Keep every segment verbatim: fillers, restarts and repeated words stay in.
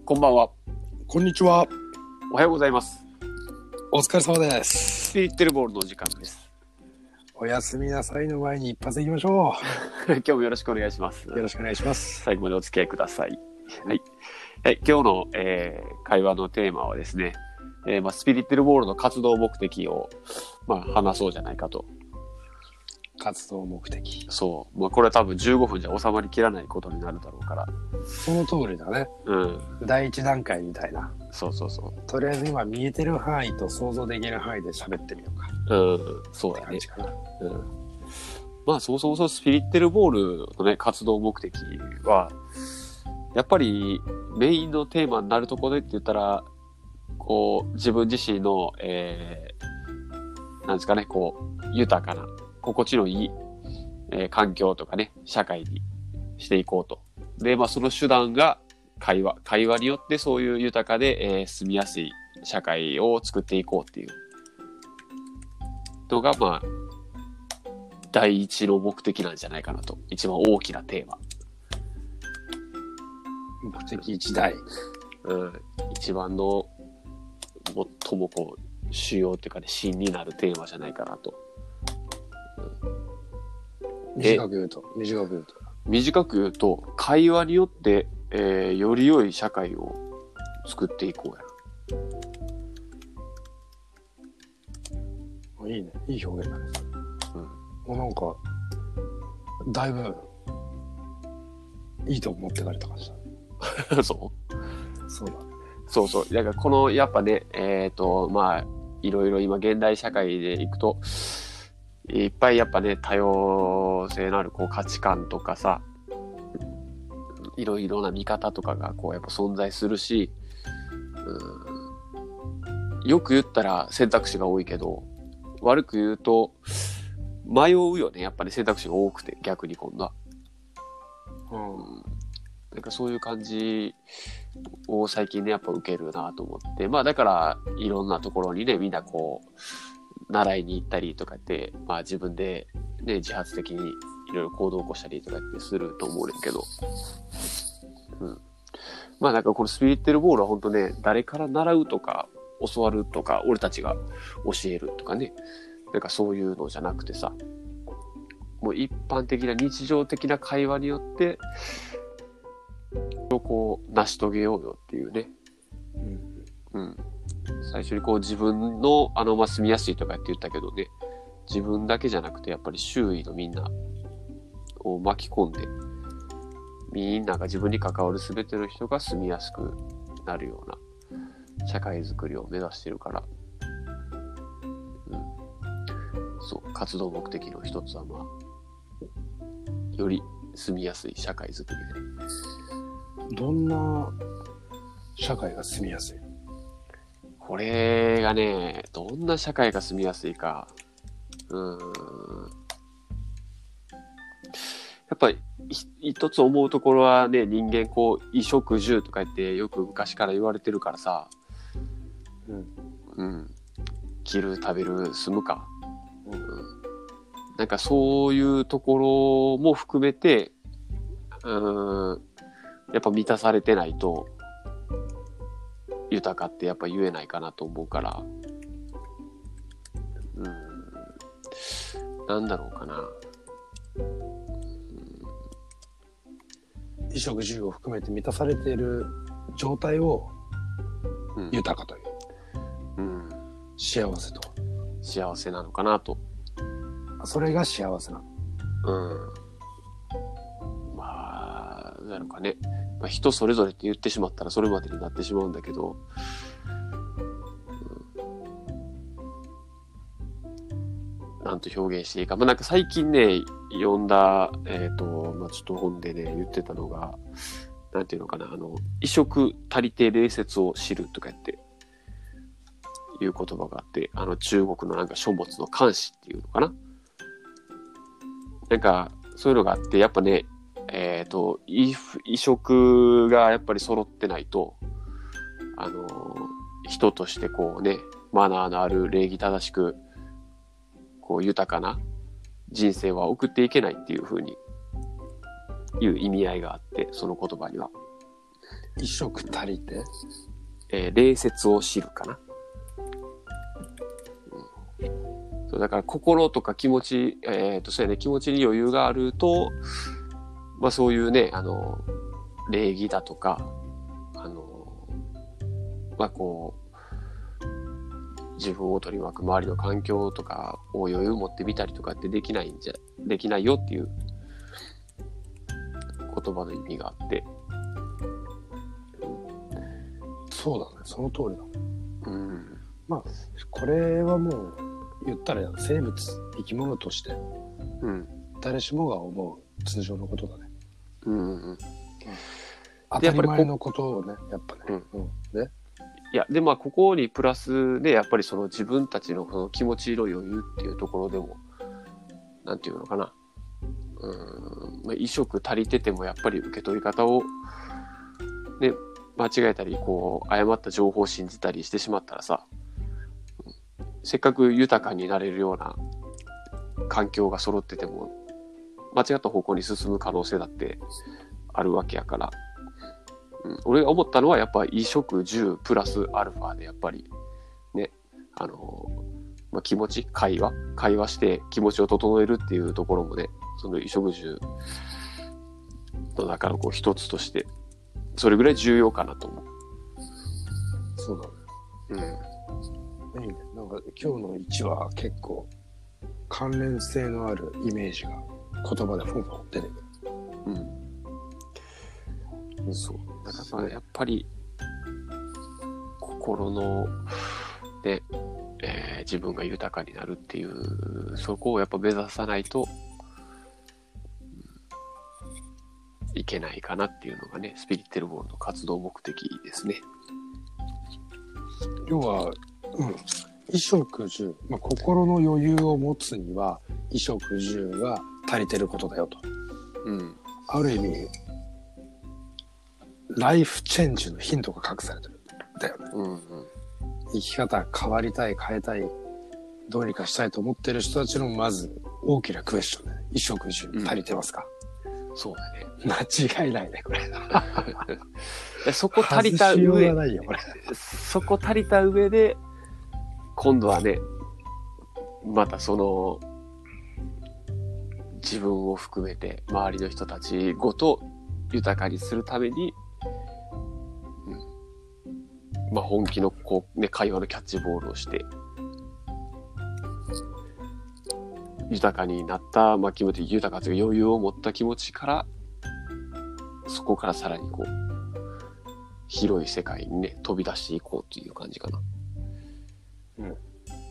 こんばんは。 こんにちは。 おはようございます。 お疲れ様です。 スピリッテルボールの時間です。 おやすみなさいの前に一発いきましょ今日もよろしくお願いします。 う。よろしくお願いします。 最後までお付き合いください。はい。はい、今日の、えー、会話のテーマはですね、えーまあ、スピリッテルボールの活動目的を、まあ、話そうじゃないかと。 活動目的。 そう。まあ、これは多分じゅうごふんじゃ収まりきらないことになるだろうから。 その通りだね。 うん。 第一段階みたいな。 そうそうそう。 とりあえず今見えてる範囲と想像できる範囲で喋ってみようか。 うん。そうだね。 感じかな。 うん。まあ、そもそもそのスピリッテルボールのね、活動目的は、やっぱりメインのテーマになるところでって言ったら、こう、自分自身の、えー、なんですかね、こう、豊かな、心地のいい、えー、環境とかね、社会にしていこうと。で、まあ、その手段が会話。会話によってそういう豊かで、えー、住みやすい社会を作っていこうっていうのが、まあ、第一の目的なんじゃないかなと。一番大きなテーマ。 目的一大。 うん。一番の、最もこう、主要っていうかね、芯になるテーマじゃないかなと。うん、 短く言うと、短く言うと。 短く言うと、会話によって、えー、より良い社会を作っていこうや。いいね。いい表現だね。 うん。 もうなんか、だいぶ、いいと思ってかれた感じだ。そうそうだ。 そうそう。だからこの、やっぱね、えっと、まあ、いろいろ今現代社会でいくと、いっぱいやっぱね、多様性のあるこう価値観とかさ、いろいろな見方とかがこうやっぱ存在するし、うん、よく言ったら選択肢が多いけど、悪く言うと迷うよね。やっぱり選択肢が多くて、逆に今度は。うん、なんかそういう感じを最近ね、やっぱ受けるなと思って。まあだから、いろんなところにね、みんなこう、習いに行ったりとかって、まあ自分でね、自発的にいろいろ行動を起こしたりとかってすると思うねんけど。うん。まあなんかこのスピリッテルボールは本当ね、誰から習うとか、教わるとか、俺たちが教えるとかね。なんかそういうのじゃなくてさ、もう一般的な日常的な会話によって、をこう成し遂げようよっていうね、うん、うん、最初にこう自分のあのまあ住みやすいとかって言ったけどね、自分だけじゃなくてやっぱり周囲のみんなを巻き込んで、みんなが自分に関わる全ての人が住みやすくなるような社会づくりを目指してるから、うん、そう活動目的の一つはまあより住みやすい社会づくりでね。 どんな社会が住みやすい？ これがね、どんな社会が住みやすいか。うーん。やっぱり一つ思うところはね、人間こう衣食住とか言ってよく昔から言われてるからさ、うん、うん、着る食べる住むか、うん、なんかそういうところも含めて、うーん。やっぱ満たされてないと豊かってやっぱ言えないかなと思うから、うん、なんだろうかな、うん、 衣食住を含めて満たされている状態を豊かという、うん、幸せと幸せなのかなと。 それが幸せなの。 うん。まあなのかね。まあ、人それぞれって言ってしまったらそれまでになってしまうんだけど、うん、なんと表現していいか。まあなんか最近ね、読んだ、えっと、まあちょっと本でね、言ってたのが、なんていうのかな、あの、衣食足りて礼節を知るとか言って、いう言葉があって、あの中国のなんか書物の漢詩っていうのかな。なんか、そういうのがあって、やっぱね、えっと、衣食がやっぱり揃ってないと、あのー、人としてこうね、マナーのある礼儀正しく、こう豊かな人生は送っていけないっていう風にいう意味合いがあって、その言葉には。 衣食足りて、 えー、礼節を知るかな。うん、そうだから心とか気持ち、えっと、そうやね、気持ちに余裕があると、まあそういうね、あの、礼儀だとか、あの、まあこう、自分を取り巻く周りの環境とかを余裕を持ってみたりとかってできないんじゃ、できないよっていう言葉の意味があって。 そうだね、その通りだね。 うん。 まあ、これはもう言ったら生物、生き物として、 うん、 誰しもが思う通常のことだね。 うんうんうん。 当たり前のことをね、やっぱね。 うん。 うん、で、 いや、で、まあ、ここにプラスで、やっぱりその自分たちのその気持ちの余裕っていうところでも、なんていうのかな。うん、まあ、衣食足りてても、やっぱり受け取り方を、ね、間違えたり、こう、誤った情報を信じたりしてしまったらさ、うん、せっかく豊かになれるような環境が揃ってても、間違った方向に進む可能性だってあるわけやから、うん、俺が思ったのはやっぱ衣食住プラスアルファでやっぱりね、あのーまあ、気持ち会話会話して気持ちを整えるっていうところもね、その衣食住の中のこう一つとしてそれぐらい重要かなと思う。 そうだね。うん。いいね。なんか今日のいちは結構関連性のあるイメージが言葉でフォンフォン出てくる。 うん。そう。だからやっぱり心ので、えー、自分が豊かになるっていうそこをやっぱ目指さないと、うん、いけないかなっていうのがね、スピリッテルボールの活動目的ですね。 要は、うん、衣食住、まあ、心の余裕を持つには衣食住が足りてることだよと。 うん。 ある意味ライフチェンジのヒントが隠されてるんだよね。 うんうん、 生き方変わりたい、変えたい、どうにかしたいと思ってる人たちのまず大きなクエスチョンで、ね、衣食住足りてますか、 うん、そうだね。 間違いないね、これ。 そこ足りた上、 ないよこれそこ足りた上で、今度はね、またその、自分を含めて周りの人たちごと豊かにするために、うん、まあ本気のこう、ね、会話のキャッチボールをして豊かになった、まあ、気持ち豊かという余裕を持った気持ちからそこからさらにこう広い世界にね飛び出していこうという感じかな。うん、うん、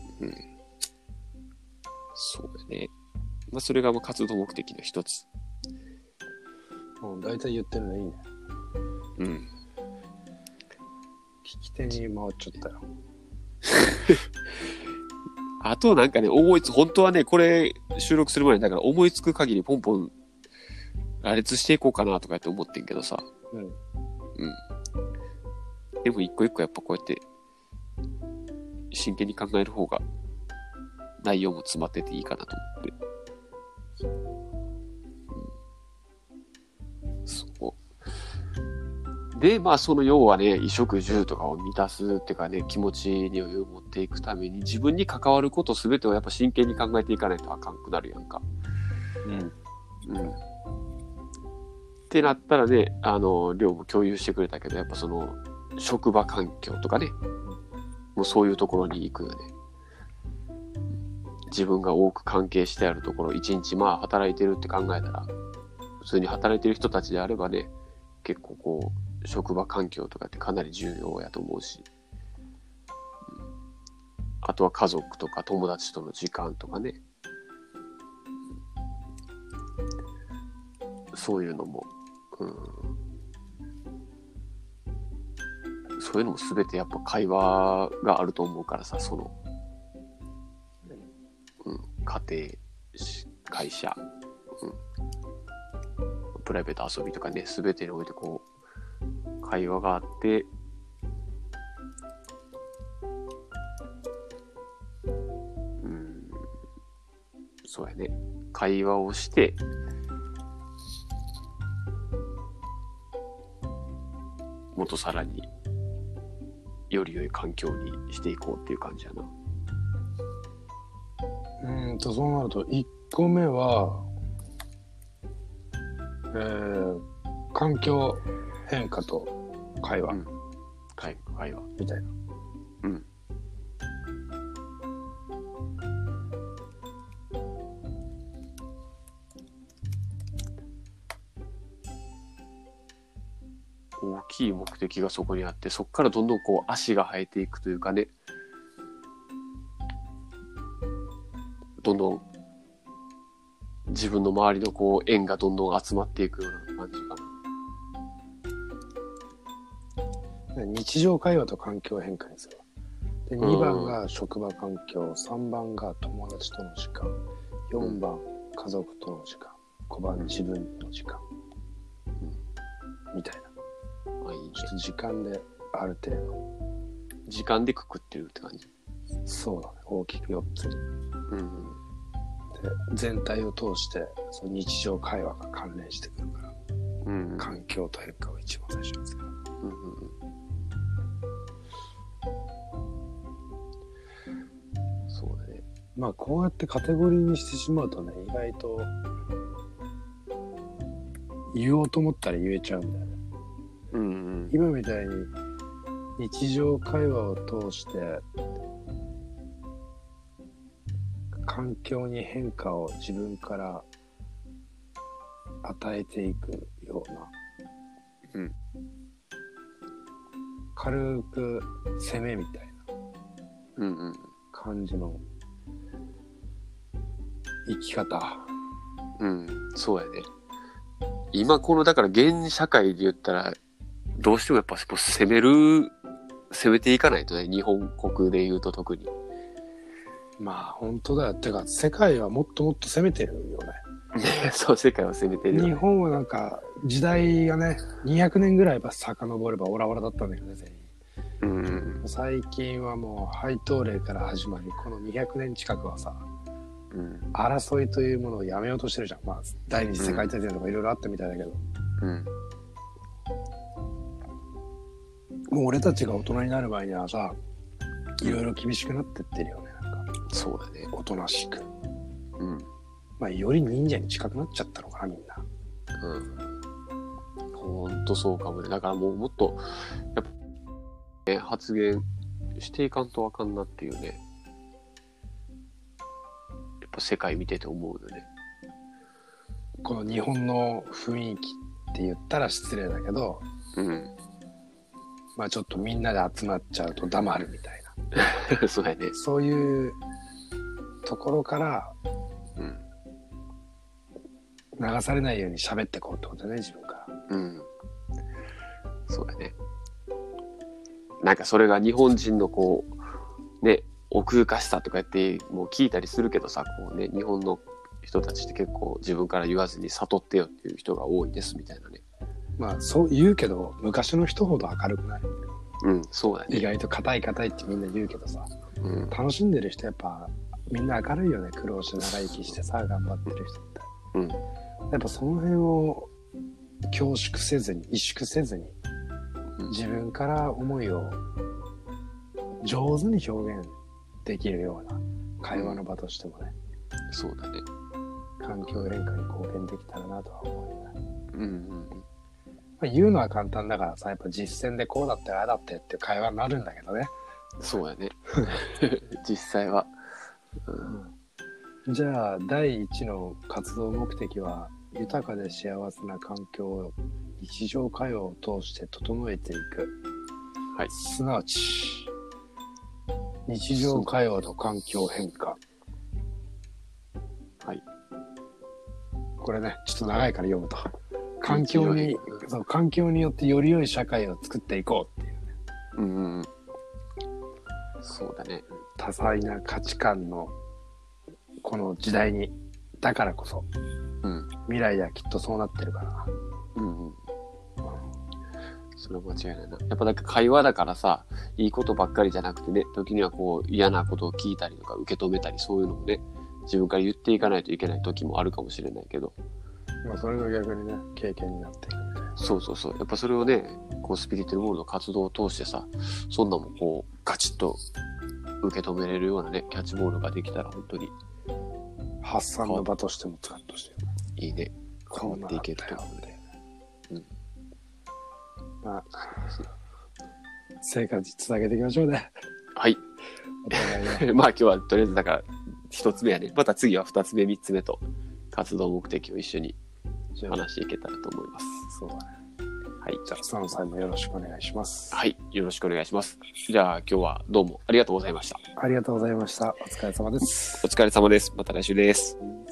そうだね。まあそれがまあ活動目的の一つ。 もう大体言ってるのいいね。 うん。 聞き手に回っちゃったよ。 あとなんかね、思いつ、本当はね、これ収録する前にだから思いつく限りポンポン羅列していこうかなとかって思ってんけどさ。うん。うん。でも一個一個やっぱこうやって真剣に考える方が内容も詰まってていいかなと思って。そうで、まあその要はね、衣食住とかを満たすっていうかね、気持ちに余裕を持っていくために自分に関わることすべてをやっぱ真剣に考えていかないとあかんくなるやんか。うん。うん。ってなったらね、あの、量も共有してくれたけど、やっぱその、職場環境とかね、もうそういうところに行くよね。自分が多く関係してあるところ、一日まあ働いてるって考えたら、普通に働いてる人たちであればね、結構こう、職場環境とかってかなり重要やと思うし、うん、あとは家族とか友達との時間とかね、そういうのも、うん、そういうのも全てやっぱ会話があると思うからさ、その、うん、家庭、会社、うん、プライベート遊びとかね、全てにおいてこう、会話があって、うん、そうやね、会話をして、 もっとさらにより良い環境にしていこうっていう感じやな。 うーんとそうなるといっこめは、えー、環境変化と会話、 うん、会会話みたいな。 うん。大きい目的がそこにあって、そこからどんどんこう足が生えていくというかね、どんどん自分の周りのこう縁がどんどん集まっていくような感じかな。 日常会話と環境変化にする。でにばんが職場環境、さんばんが友達との時間、よんばん家族との時間、ごばん自分の時間、うん、みたいな。 まあいいね。 ちょっと時間である程度時間でくくってるって感じ。 そうだね、大きくよっつに。 うん。 で全体を通してその日常会話が関連してくるから、 うん、 環境と変化を一番最初にする。 うんうんうん。そうだね。 まあこうやってカテゴリーにしてしまうとね、意外と言おうと思ったら言えちゃうんだよね。 うんうん、 今みたいに日常会話を通して環境に変化を自分から与えていくような、 うん、 軽く攻めみたいな感じの生き方。 うん、うん、そうやね。今このだから現社会で言ったらどうしてもやっぱ攻める攻めていかないとね、日本国で言うと特に。 まあ本当だよ。てか世界はもっともっと攻めてるよね。 ね、そう、世界は攻めてるよね。 日本はなんか時代がねにひゃくねんぐらいば遡ればオラオラだったんだけどね、全員。うん、最近はもう廃刀令から始まり、このにひゃくねん近くはさ、うん、争いというものをやめようとしてるじゃん。まあ第二次世界大戦とかいろいろあったみたいだけど、うん、もう俺たちが大人になる前にはさ、いろいろ厳しくなってってるよね。なんかそうだね。 おとなしく。 うん。 まあより忍者に近くなっちゃったのかな、みんな。 うん。ほんとそうかもね。だからもうもっとやっぱ、ね、発言していかんとあかんなっていうね。やっぱ世界見てて思うよね。 この日本の雰囲気って言ったら失礼だけど、うん。まあちょっとみんなで集まっちゃうと黙るみたいな。そうやね。 そういうところから、うん、流されないように喋っていこうってことだね、自分から。うん。 そうやね。なんかそれが日本人のこう、ね、奥ゆかしさとかやってもう聞いたりするけどさ、こうね、日本の人たちって結構自分から言わずに悟ってよっていう人が多いですみたいなね。 まあそう言うけど昔の人ほど明るくない。 うん、そうだね。 意外と硬い硬いってみんな言うけどさ、うん、楽しんでる人やっぱみんな明るいよね。苦労して長生きしてさ頑張ってる人って、うん、やっぱその辺を恐縮せずに萎縮せずに、うん、自分から思いを上手に表現できるような会話の場としてもね、 うん、そうだね。 環境変化に貢献できたらなとは思うよね。 うんうんまあ、言うのは簡単だからさ、やっぱ実践でこうだってああだってっていう会話になるんだけどね。 そうやね。実際は、 うん、じゃあ第一の活動目的は豊かで幸せな環境を日常会話を通して整えていく。はい。すなわち日常会話と環境変化。はい。これね、ちょっと長いから読むと。環境に、そう、環境によってより良い社会を作っていこうっていうね。 うんうん。そうだね。 多彩な価値観のこの時代に、だからこそ、うん、未来はきっとそうなってるからな。うんうん。 それは間違いないな。やっぱなんか会話だからさ、いいことばっかりじゃなくてね、時にはこう嫌なことを聞いたりとか受け止めたり、そういうのもね、自分から言っていかないといけない時もあるかもしれないけど。 まあそれが逆にね、経験になっていくみたいな。 そうそうそう。やっぱそれをね、こうスピリチュアルボールの活動を通してさ、そんなもんこう、ガチッと受け止めれるようなね、キャッチボールができたら本当に。 発散の場としても使ってほしい。 いいね。変わっていけると思うので。うん。 まあ、成果つなげていきましょうね。 はい。まあ今日はとりあえずだから一つ目やね。また次は二つ目、三つ目と活動目的を一緒に話していけたらと思います。 そうだね。 はい。 じゃあさんさいもよろしくお願いします。 はい。よろしくお願いします。じゃあ今日はどうもありがとうございました。 ありがとうございました。お疲れ様です。 お疲れ様です。また来週です。